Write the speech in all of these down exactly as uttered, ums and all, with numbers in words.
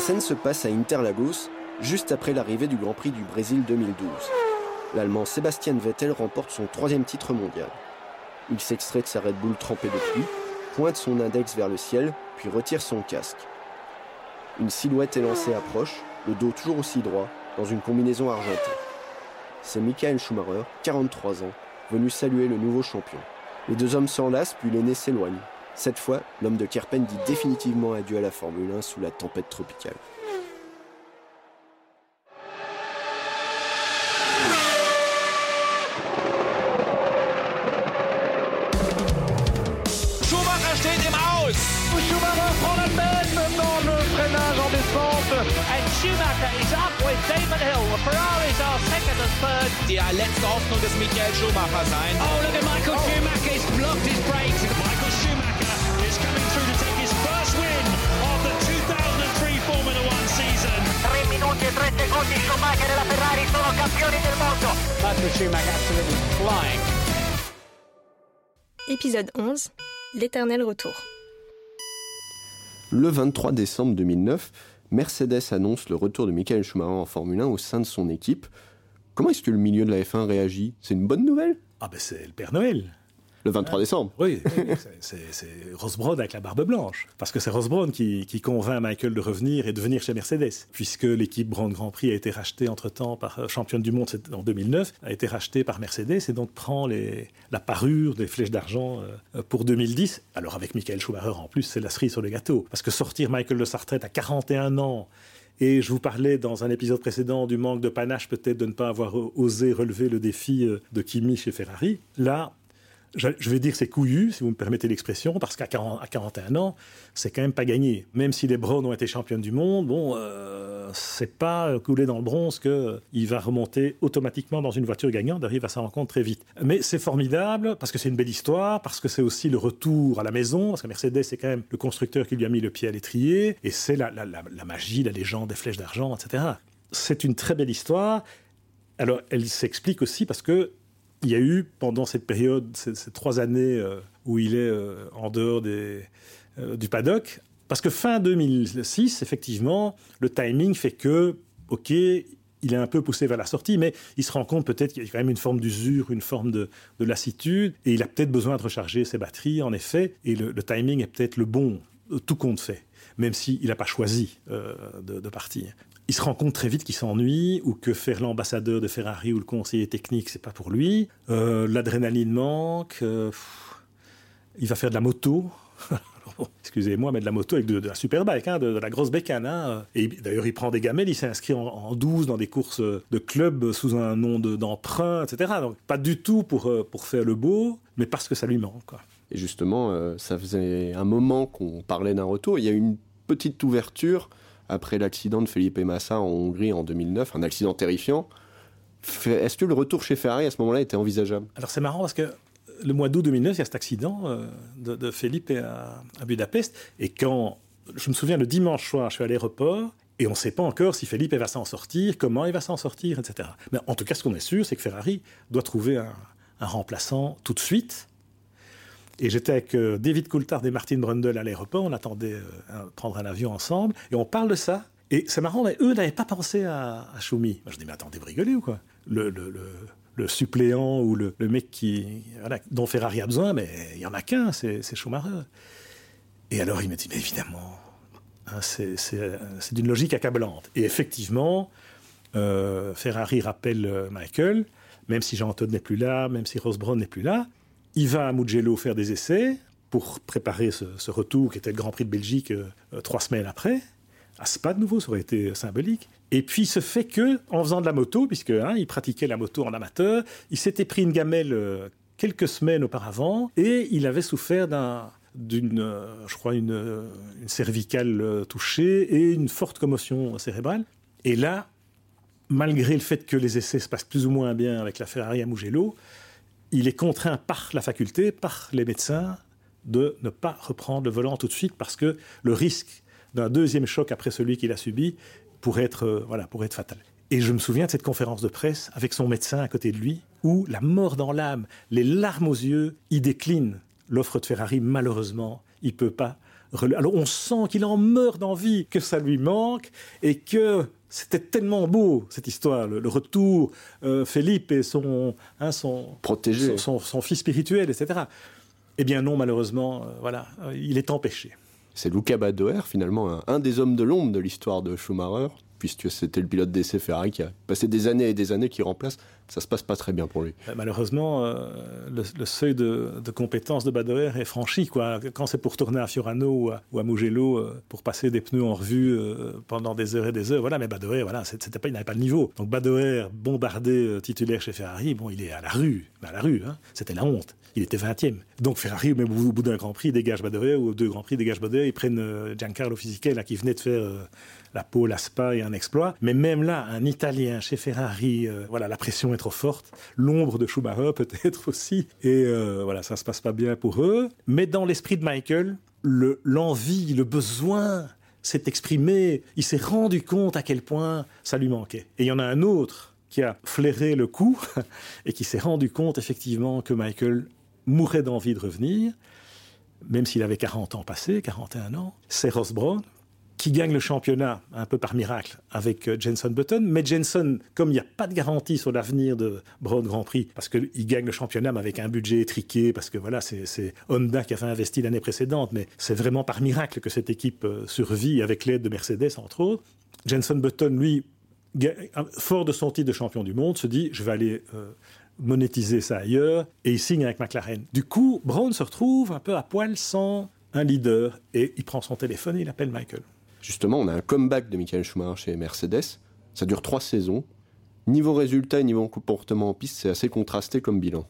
scène se passe à Interlagos, juste après l'arrivée du Grand Prix du Brésil deux mille douze. L'Allemand Sebastian Vettel remporte son troisième titre mondial. Il s'extrait de sa Red Bull trempée de pluie, pointe son index vers le ciel, puis retire son casque. Une silhouette élancée approche, le dos toujours aussi droit, dans une combinaison argentée. C'est Michael Schumacher, quarante-trois ans, venu saluer le nouveau champion. Les deux hommes s'enlacent, puis l'aîné s'éloigne. Cette fois, l'homme de Kerpen dit définitivement adieu à la Formule un sous la tempête tropicale. Schumacher steht im Aus. Schumacher prend la tête maintenant, le freinage en descente. And Schumacher is up with Damon Hill. The Ferraris are second and third. Die letzte Hoffnung des Michael Schumacher sein. Oh, look at Michael oh. Schumacher. He's blocked his brakes. Michael Schumacher is coming through to take his first win of the two thousand three Formula One season. tre minuti e tre secondi, Schumacher e la Ferrari sono campioni del mondo. Michael Schumacher absolutely flying. Épisode onze, l'éternel retour. Le vingt-trois décembre deux mille neuf, Mercedes annonce le retour de Michael Schumacher en Formule un au sein de son équipe. Comment est-ce que le milieu de la F un réagit ? C'est une bonne nouvelle ? Ah ben c'est le Père Noël. Le vingt-trois décembre. Oui, c'est, c'est, c'est Ross Brawn avec la barbe blanche. Parce que c'est Ross Brawn qui, qui convainc Michael de revenir et de venir chez Mercedes. Puisque l'équipe Brown Grand Prix a été rachetée entre-temps par euh, championne du monde en deux mille neuf, a été rachetée par Mercedes et donc prend les, la parure des flèches d'argent euh, pour deux mille dix. Alors avec Michael Schumacher en plus, c'est la cerise sur le gâteau. Parce que sortir Michael de sa retraite à quarante et un ans, et je vous parlais dans un épisode précédent du manque de panache peut-être de ne pas avoir osé relever le défi de Kimi chez Ferrari. Là, je vais dire c'est couillu, si vous me permettez l'expression, parce qu'à quarante, à quarante et un ans, c'est quand même pas gagné. Même si les Brown ont été championnes du monde, bon, euh, c'est pas coulé dans le bronze qu'il va remonter automatiquement dans une voiture gagnante, arrive à sa rencontre très vite. Mais c'est formidable, parce que c'est une belle histoire, parce que c'est aussi le retour à la maison, parce que Mercedes, c'est quand même le constructeur qui lui a mis le pied à l'étrier, et c'est la, la, la, la magie, la légende des flèches d'argent, et cetera. C'est une très belle histoire. Alors, elle s'explique aussi parce que il y a eu, pendant cette période, ces, ces trois années euh, où il est euh, en dehors des, euh, du paddock, parce que fin deux mille six, effectivement, le timing fait que, OK, il est un peu poussé vers la sortie, mais il se rend compte peut-être qu'il y a quand même une forme d'usure, une forme de, de lassitude, et il a peut-être besoin de recharger ses batteries, en effet, et le, le timing est peut-être le bon, tout compte fait, même s'il n'a pas choisi euh, de, de partir. Il se rend compte très vite qu'il s'ennuie ou que faire l'ambassadeur de Ferrari ou le conseiller technique, c'est pas pour lui. Euh, l'adrénaline manque. Euh, il va faire de la moto. Alors, excusez-moi, mais de la moto avec de, de la superbike, hein, de, de la grosse bécane. Hein. Et d'ailleurs, il prend des gamelles, il s'est inscrit en, en douze dans des courses de club sous un nom de, d'emprunt, et cetera. Donc, pas du tout pour, pour faire le beau, mais parce que ça lui manque, quoi. Et justement, euh, ça faisait un moment qu'on parlait d'un retour. Il y a eu une petite ouverture après l'accident de Felipe Massa en Hongrie en deux mille neuf, un accident terrifiant. Est-ce que le retour chez Ferrari à ce moment-là était envisageable ? Alors c'est marrant parce que le mois d'août deux mille neuf, il y a cet accident euh, de, de Felipe à, à Budapest. Et quand, je me souviens, le dimanche soir, je suis à l'aéroport et on ne sait pas encore si Felipe va s'en sortir, comment il va s'en sortir, et cetera. Mais en tout cas, ce qu'on est sûr, c'est que Ferrari doit trouver un, un remplaçant tout de suite. Et j'étais avec euh, David Coulthard et Martin Brundle à l'aéroport, on attendait euh, un, prendre un avion ensemble, et on parle de ça. Et c'est marrant, mais eux n'avaient pas pensé à, à Schumi. Moi, je dis, mais attendez, vous rigolez ou quoi ? le, le, le, le suppléant ou le, le mec qui, voilà, dont Ferrari a besoin, mais il n'y en a qu'un, c'est, c'est Schumacher. Et alors il me dit, mais évidemment, hein, c'est, c'est, c'est d'une logique accablante. Et effectivement, euh, Ferrari rappelle euh, Michael, même si Jean-Antoine n'est plus là, même si Ross Brawn n'est plus là, il va à Mugello faire des essais pour préparer ce, ce retour qui était le Grand Prix de Belgique euh, trois semaines après. À Spa de nouveau, ça aurait été symbolique. Et puis il se fait que, en faisant de la moto, puisque hein, il pratiquait la moto en amateur, il s'était pris une gamelle euh, quelques semaines auparavant et il avait souffert d'un, d'une, euh, je crois, une, une cervicale euh, touchée et une forte commotion cérébrale. Et là, malgré le fait que les essais se passent plus ou moins bien avec la Ferrari à Mugello, il est contraint par la faculté, par les médecins, de ne pas reprendre le volant tout de suite parce que le risque d'un deuxième choc après celui qu'il a subi pourrait être, euh, voilà, pourrait être fatal. Et je me souviens de cette conférence de presse avec son médecin à côté de lui, où la mort dans l'âme, les larmes aux yeux, il décline l'offre de Ferrari. Malheureusement, il ne peut pas Alors on sent qu'il en meurt d'envie, que ça lui manque et que c'était tellement beau cette histoire, le, le retour, euh, Philippe et son, hein, son, protégé, son, son, son fils spirituel, et cetera. Eh bien non, malheureusement, euh, voilà, euh, il est empêché. C'est Luca Badoer, finalement, un, un des hommes de l'ombre de l'histoire de Schumacher, puisque c'était le pilote d'essai Ferrari qui a passé des années et des années qui remplace. Ça se passe pas très bien pour lui. Malheureusement, euh, le, le seuil de, de compétence de Badoer est franchi, quoi. Quand c'est pour tourner à Fiorano ou à, ou à Mugello euh, pour passer des pneus en revue euh, pendant des heures et des heures, voilà. Mais Badoer, voilà, c'était pas, il n'avait pas le niveau. Donc Badoer, bombardé euh, titulaire chez Ferrari, bon, il est à la rue, à la rue, hein. C'était la honte. Il était vingtième. Donc Ferrari, même au bout d'un Grand Prix, dégage Badoer, ou deux Grands Prix, dégage Badoer. Ils prennent euh, Giancarlo Fisichella, qui venait de faire euh, la pole à Spa et un exploit. Mais même là, un Italien chez Ferrari, euh, voilà, la pression est trop forte. L'ombre de Schumacher peut-être aussi. Et euh, voilà, ça se passe pas bien pour eux. Mais dans l'esprit de Michael, le, l'envie, le besoin s'est exprimé. Il s'est rendu compte à quel point ça lui manquait. Et il y en a un autre qui a flairé le coup et qui s'est rendu compte effectivement que Michael mourait d'envie de revenir, même s'il avait quarante ans passés, quarante et un ans. C'est Ross Brawn, qui gagne le championnat un peu par miracle avec Jenson Button. Mais Jenson, comme il n'y a pas de garantie sur l'avenir de Brawn Grand Prix, parce qu'il gagne le championnat mais avec un budget étriqué, parce que voilà, c'est, c'est Honda qui avait investi l'année précédente, mais c'est vraiment par miracle que cette équipe survit avec l'aide de Mercedes, entre autres. Jenson Button, lui, fort de son titre de champion du monde, se dit « je vais aller euh, monétiser ça ailleurs » et il signe avec McLaren. Du coup, Brawn se retrouve un peu à poil sans un leader et il prend son téléphone et il appelle Michael. Justement, on a un comeback de Michael Schumacher chez Mercedes. Ça dure trois saisons. Niveau résultat et niveau comportement en piste, c'est assez contrasté comme bilan.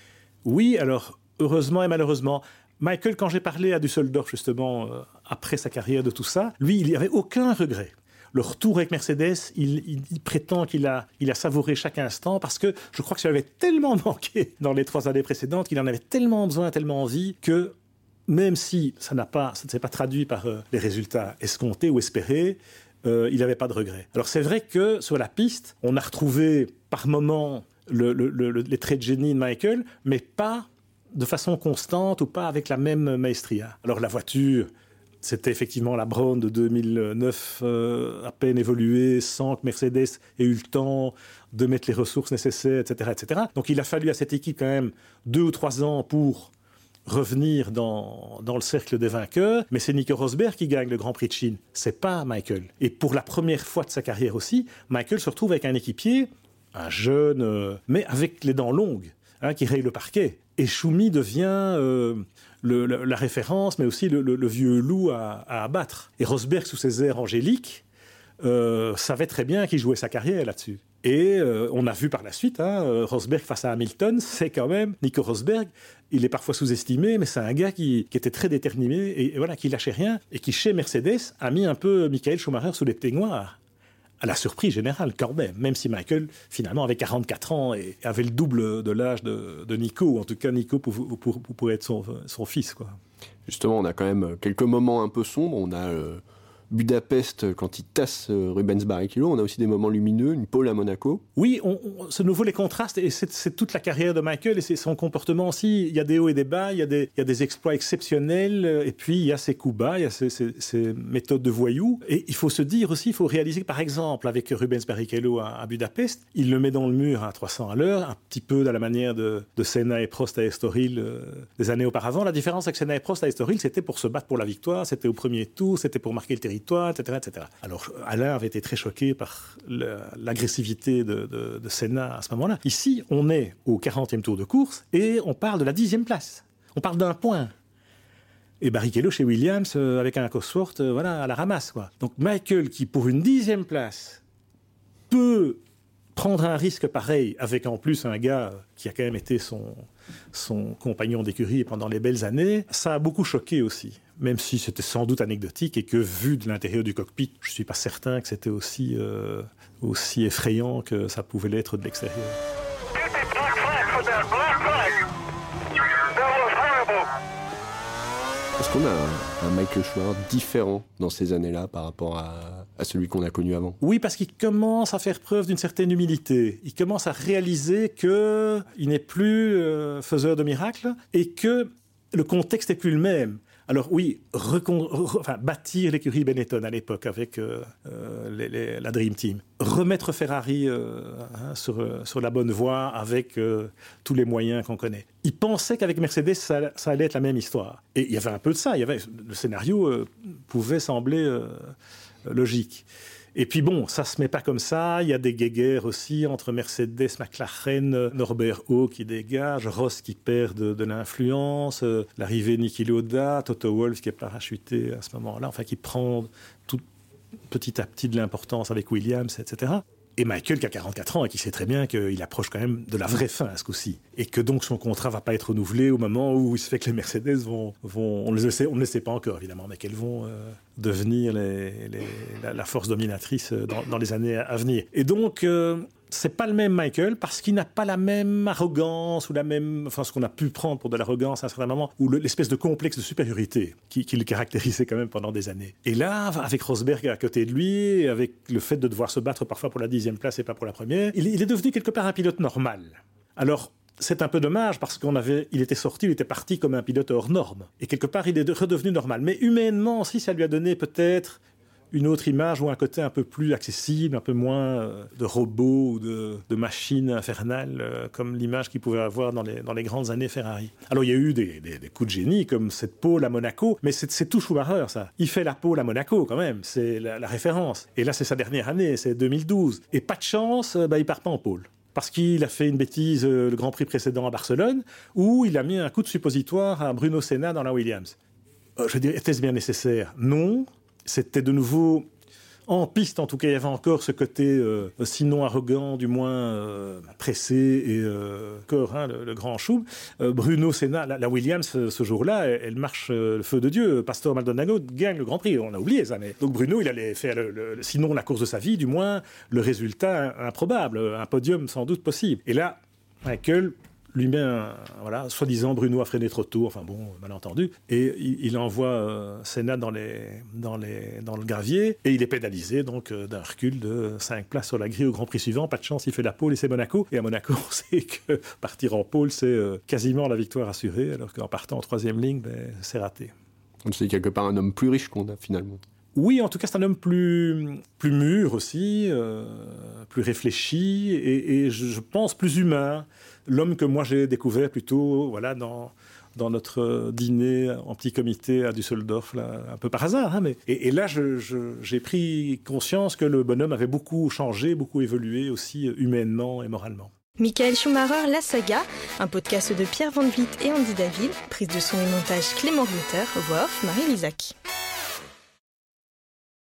Oui, alors, heureusement et malheureusement. Michael, quand j'ai parlé à Düsseldorf, justement, euh, après sa carrière de tout ça, lui, il n'y avait aucun regret. Le retour avec Mercedes, il, il, il prétend qu'il a, il a savouré chaque instant parce que je crois que ça lui avait tellement manqué dans les trois années précédentes, qu'il en avait tellement besoin, tellement envie, que même si ça, n'a pas, ça ne s'est pas traduit par euh, les résultats escomptés ou espérés, euh, il n'avait pas de regrets. Alors c'est vrai que sur la piste, on a retrouvé par moments le, le, le, les traits de génie de Michael, mais pas de façon constante ou pas avec la même maestria. Alors la voiture... C'était effectivement la Brawn de deux mille neuf, euh, à peine évoluée, sans que Mercedes ait eu le temps de mettre les ressources nécessaires, et cetera, et cetera. Donc il a fallu à cette équipe quand même deux ou trois ans pour revenir dans, dans le cercle des vainqueurs. Mais c'est Nico Rosberg qui gagne le Grand Prix de Chine. C'est pas Michael. Et pour la première fois de sa carrière aussi, Michael se retrouve avec un équipier, un jeune, euh, mais avec les dents longues, hein, qui raye le parquet. Et Schumi devient euh, le, le, la référence, mais aussi le, le, le vieux loup à, à abattre. Et Rosberg, sous ses airs angéliques, euh, savait très bien qu'il jouait sa carrière là-dessus. Et euh, on a vu par la suite, hein, Rosberg face à Hamilton, c'est quand même Nico Rosberg. Il est parfois sous-estimé, mais c'est un gars qui, qui était très déterminé et, et voilà, qui lâchait rien. Et qui, chez Mercedes, a mis un peu Michael Schumacher sous les peignoirs. À la surprise générale, quand même, même si Michael, finalement, avait quarante-quatre ans et avait le double de l'âge de, de Nico, ou en tout cas, Nico pour, pour, pour être son, son fils, quoi. Justement, on a quand même quelques moments un peu sombres. On a euh, Budapest, quand il tasse euh, Rubens Barrichello. On a aussi des moments lumineux, une pole à Monaco. Oui, on, on, c'est nouveau les contrastes, et c'est, c'est toute la carrière de Michael, et c'est son comportement aussi. Il y a des hauts et des bas, il y a des, il y a des exploits exceptionnels, et puis il y a ses coups bas, il y a ses, ses, ses méthodes de voyou. Et il faut se dire aussi, il faut réaliser que, par exemple, avec Rubens Barrichello à, à Budapest, il le met dans le mur à trois cents à l'heure, un petit peu à la manière de, de Senna et Prost à Estoril euh, des années auparavant. La différence avec Senna et Prost à Estoril, c'était pour se battre pour la victoire, c'était au premier tour, c'était pour marquer le territoire, et cetera, et cetera. Alors, Alain avait été très choqué par le, l'agressivité de, de, de Senna à ce moment-là. Ici, on est au quarantième tour de course et on parle de la dixième place. On parle d'un point. Et Barrichello chez Williams, euh, avec un Cosworth, euh, voilà, à la ramasse, quoi. Donc Michael, qui pour une dixième place peut prendre un risque pareil, avec en plus un gars qui a quand même été son, son compagnon d'écurie pendant les belles années, ça a beaucoup choqué aussi. Même si c'était sans doute anecdotique et que, vu de l'intérieur du cockpit, je ne suis pas certain que c'était aussi, euh, aussi effrayant que ça pouvait l'être de l'extérieur. Est-ce qu'on a un, un Michael Schumacher différent dans ces années-là par rapport à, à celui qu'on a connu avant ? Oui, parce qu'il commence à faire preuve d'une certaine humilité. Il commence à réaliser qu'il n'est plus euh, faiseur de miracles et que le contexte n'est plus le même. Alors oui, recon... re... enfin, bâtir l'écurie Benetton à l'époque avec euh, euh, les, les, la Dream Team. Remettre Ferrari euh, hein, sur, sur la bonne voie avec euh, tous les moyens qu'on connaît. Ils pensaient qu'avec Mercedes, ça, ça allait être la même histoire. Et il y avait un peu de ça. Il y avait, le scénario euh, pouvait sembler euh, logique. Et puis bon, ça se met pas comme ça. Il y a des guéguerres aussi entre Mercedes, McLaren, Norbert Haug qui dégage, Ross qui perd de, de l'influence, euh, l'arrivée de Niki Lauda, Toto Wolff qui est parachuté à ce moment-là, enfin qui prend tout petit à petit de l'importance avec Williams, et cetera. Et Michael qui a quarante-quatre ans et qui sait très bien qu'il approche quand même de la vraie fin à ce coup-ci. Et que donc son contrat va pas être renouvelé au moment où il se fait que les Mercedes vont... vont on, ne le sait, on ne le sait pas encore évidemment, mais qu'elles vont euh, devenir les, les, la, la force dominatrice dans, dans les années à venir. Et donc... Euh, c'est pas le même Michael parce qu'il n'a pas la même arrogance ou la même, enfin ce qu'on a pu prendre pour de l'arrogance à un certain moment, ou le, l'espèce de complexe de supériorité qui, qui le caractérisait quand même pendant des années. Et là, avec Rosberg à côté de lui, avec le fait de devoir se battre parfois pour la dixième place et pas pour la première, il, il est devenu quelque part un pilote normal. Alors, c'est un peu dommage parce qu'on avait, il était sorti, il était parti comme un pilote hors norme. Et quelque part, il est redevenu normal. Mais humainement aussi, ça lui a donné peut-être une autre image ou un côté un peu plus accessible, un peu moins euh, de robot ou de, de machine infernale, euh, comme l'image qu'il pouvait avoir dans les, dans les grandes années Ferrari. Alors il y a eu des, des, des coups de génie, comme cette pole à Monaco, mais c'est, c'est tout Schumacher, ça. Il fait la pole à Monaco, quand même, c'est la, la référence. Et là, c'est sa dernière année, c'est deux mille douze. Et pas de chance, euh, bah, il part pas en pole. Parce qu'il a fait une bêtise euh, le Grand Prix précédent à Barcelone, où il a mis un coup de suppositoire à Bruno Senna dans la Williams. Euh, je veux dire, était-ce bien nécessaire ? Non. C'était de nouveau, en piste en tout cas, il y avait encore ce côté, euh, sinon arrogant, du moins euh, pressé et euh, corps, hein, le, le grand chou. Euh, Bruno Senna, la, la Williams, ce, ce jour-là, elle, elle marche euh, le feu de Dieu. Pastor Maldonado gagne le Grand Prix, on a oublié ça. Mais... Donc Bruno, il allait faire, le, le, sinon la course de sa vie, du moins le résultat improbable, un podium sans doute possible. Et là, Michael... lui met un, voilà, soi-disant Bruno a freiné trop tôt, enfin bon, malentendu, et il, il envoie euh, Senna dans, les, dans, les, dans le gravier, et il est pénalisé donc euh, d'un recul de cinq places sur la grille au Grand Prix suivant. Pas de chance, il fait la pole et c'est Monaco. Et à Monaco, on sait que partir en pole, c'est euh, quasiment la victoire assurée, alors qu'en partant en troisième ligne, ben, c'est raté. C'est quelque part un homme plus riche qu'on a finalement. Oui, en tout cas, c'est un homme plus, plus mûr aussi, euh, plus réfléchi et, et je, je pense plus humain. L'homme que moi j'ai découvert plutôt voilà, dans, dans notre dîner en petit comité à Düsseldorf, là, un peu par hasard. Hein, mais... et, et là, je, je, j'ai pris conscience que le bonhomme avait beaucoup changé, beaucoup évolué aussi humainement et moralement. Michael Schumacher, La Saga, un podcast de Pierre Van Vliet et Andy David, prise de son et montage Clément Glitter, voix off Marie Lisac.